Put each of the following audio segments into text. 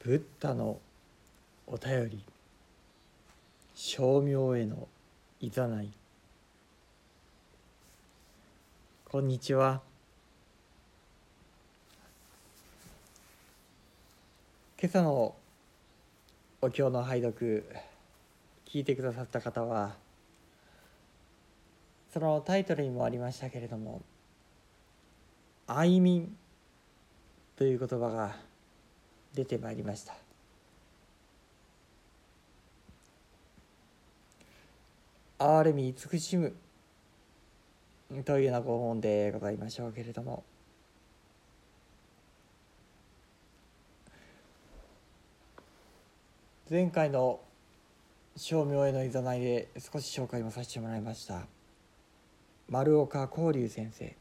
ブッダのお便り、称名へのいざない。こんにちは。今朝のお経の拝読聞いてくださった方は、そのタイトルにもありましたけれども、愛民という言葉が出てまいりました。哀れみ慈しむというようなご本でございましょうけれども、前回の称名へのいざないで少し紹介もさせてもらいました丸岡光龍先生。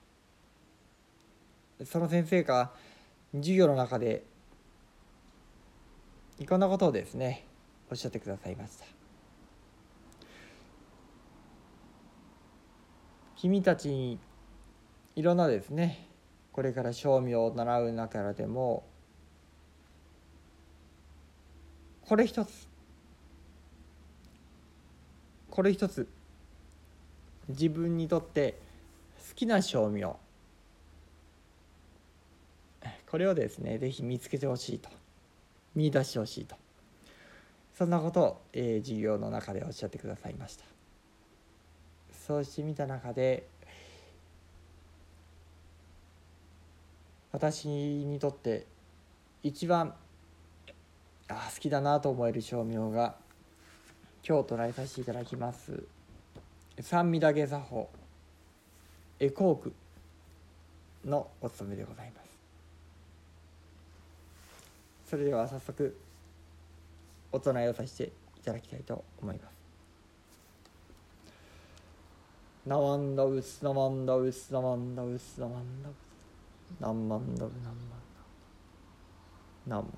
その先生が授業の中でこんなことをですねおっしゃってくださいました。君たちにいろんなですね、これから称名を習う中でもこれ一つ自分にとって好きな称名、これをですねぜひ見つけてほしいと、見出してほしいと、そんなことを、授業の中でおっしゃってくださいました。そうしてみた中で、私にとって一番好きだなと思える称名が、今日唱えさせていただきます三味だけ作法回向のお務めでございます。それでは早速お唱えをさせていただきたいと思います。ナマンダウスナマンダウスナマンダウスナマンダウスナンマンダウナンマンダウナンマン。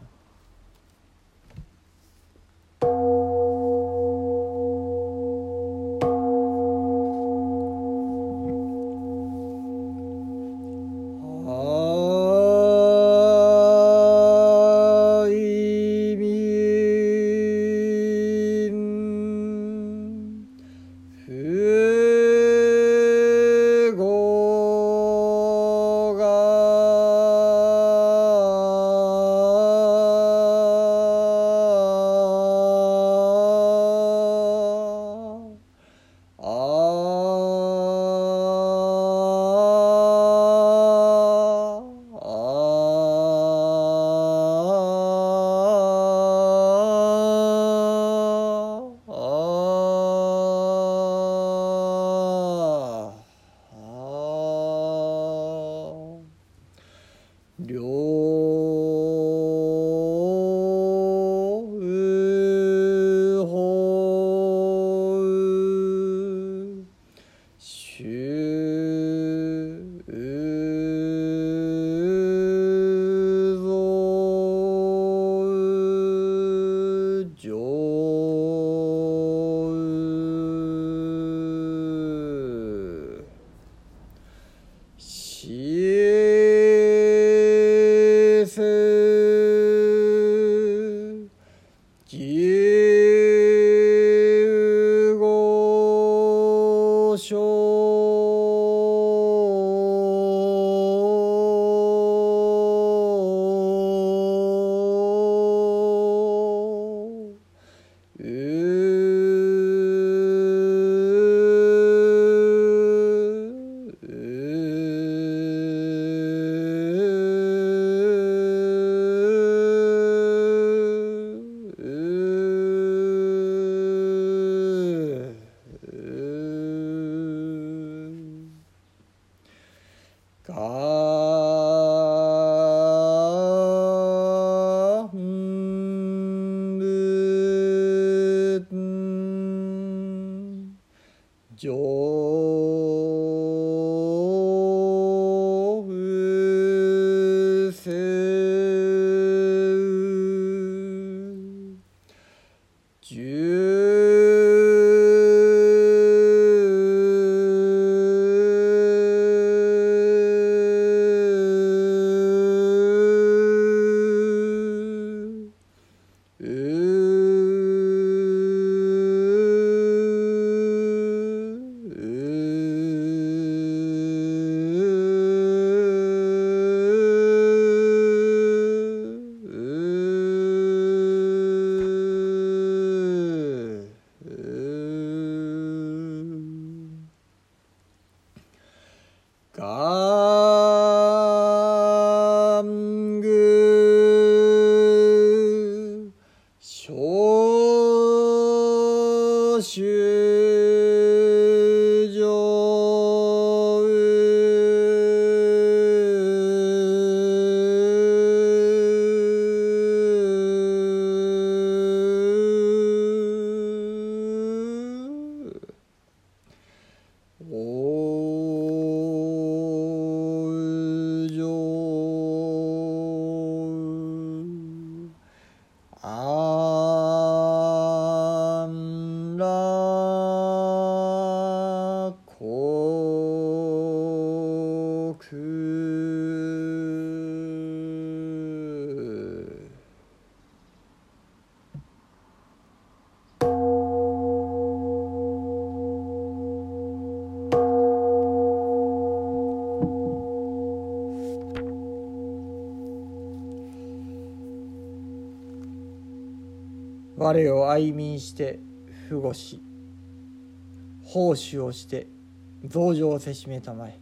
我を愛民して父母し、奉仕をして増上せしめたまえ。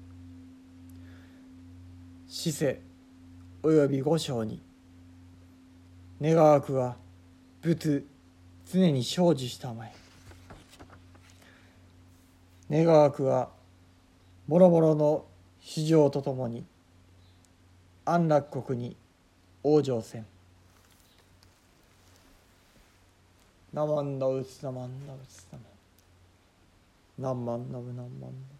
死世および五章に願わくは仏常に生じしたまえ。願わくはもろもろの史上とともに安楽国に往生せん。ナマンダウツナマンダウツナマンナンマンナブナンマン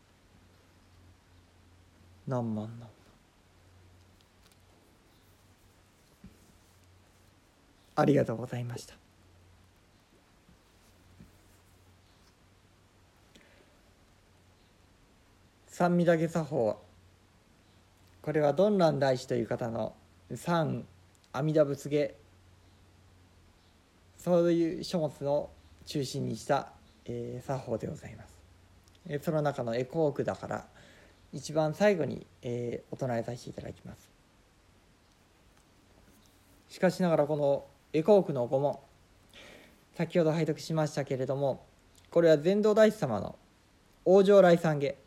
ナンマンナブ。ありがとうございました。三味岳作法は、これは曇鸞大師という方の三阿弥陀仏芸、そういう書物を中心にした、作法でございます。その中の絵幸句だから一番最後に、お唱えさせていただきます。しかしながらこの絵幸句の5問、先ほど拝読しましたけれども、これは禅道大師様の往生来参偈、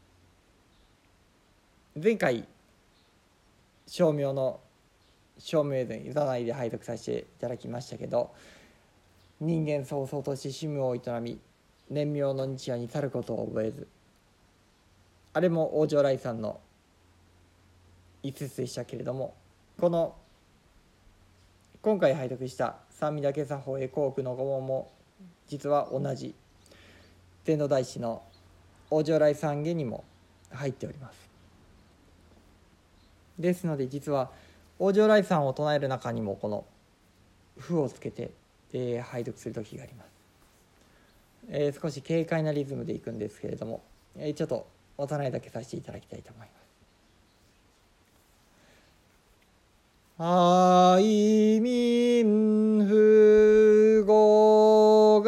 前回称名の称名前占いで拝読させていただきましたけど、人間そうそうとして趣味を営み年名の日夜に去ることを覚えず、あれも往生来さんの一節でしたけれども、この今回拝読した三味岳作法絵幸句の5問も実は同じ禅道大師の往生来参偈にも入っております。ですので実は往生来参を唱える中にもこの符をつけて、拝読する時があります。少し軽快なリズムでいくんですけれども、ちょっとお唱えだけさせていただきたいと思います。愛民符号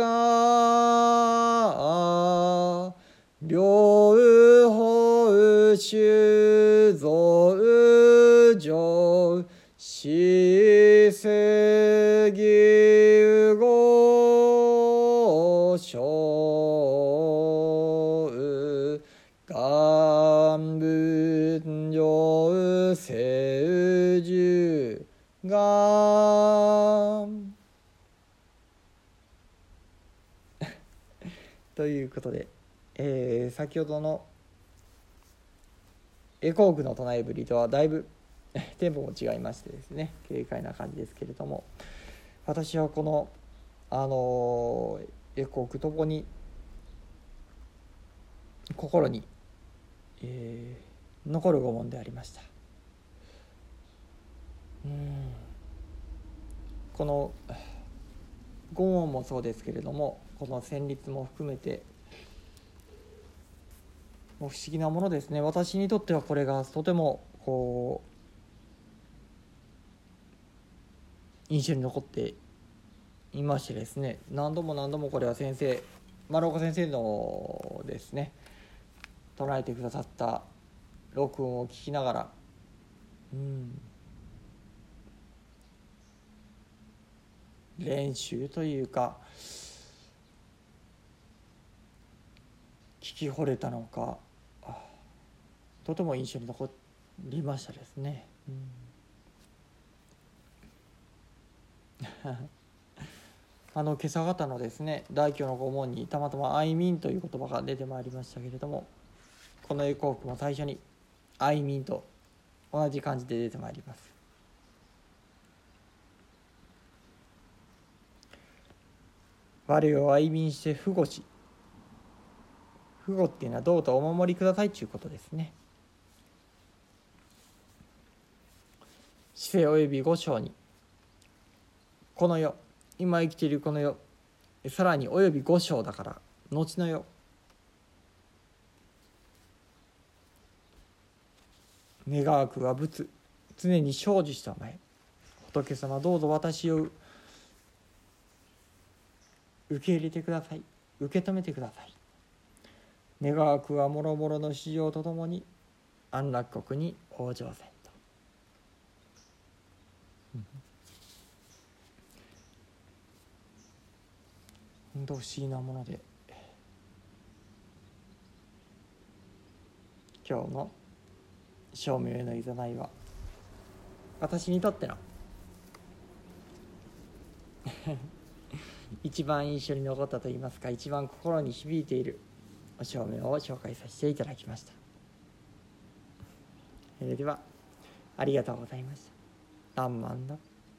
が両方酒造上しせぎうごしょう願文上せじゅがということで、先ほどの絵幸句の唱えぶりとはだいぶテンポも違いましてですね、軽快な感じですけれども、私はこの絵幸句ともに心に、残る5問でありました。この5問もそうですけれども、この旋律も含めてもう不思議なものですね。私にとってはこれがとてもこう印象に残っていましてですね、何度もこれは先生、丸岡先生のですね唱えてくださった録音を聞きながら、練習というか聞き惚れたのか、とても印象に残りましたですね。今朝方のですね大経の御門にたまたま愛民という言葉が出てまいりましたけれども、この絵幸句も最初に愛民と同じ感じで出てまいります。我を愛民して父母し、父母っていうのはどうとお守りくださいということですね。死世および五章に、この世、今生きているこの世、さらにおよび五章だから後の世、願わくは仏常に生じしたまえ。仏様どうぞ私を受け入れてください、受け止めてください。願わくはもろもろの史上とともに安楽国に往生せんと。 不思議なもので、今日の照明へのいざないは私にとっての一番印象に残ったといいますか、一番心に響いているお照明を紹介させていただきました。ではありがとうございました。らんまんだ。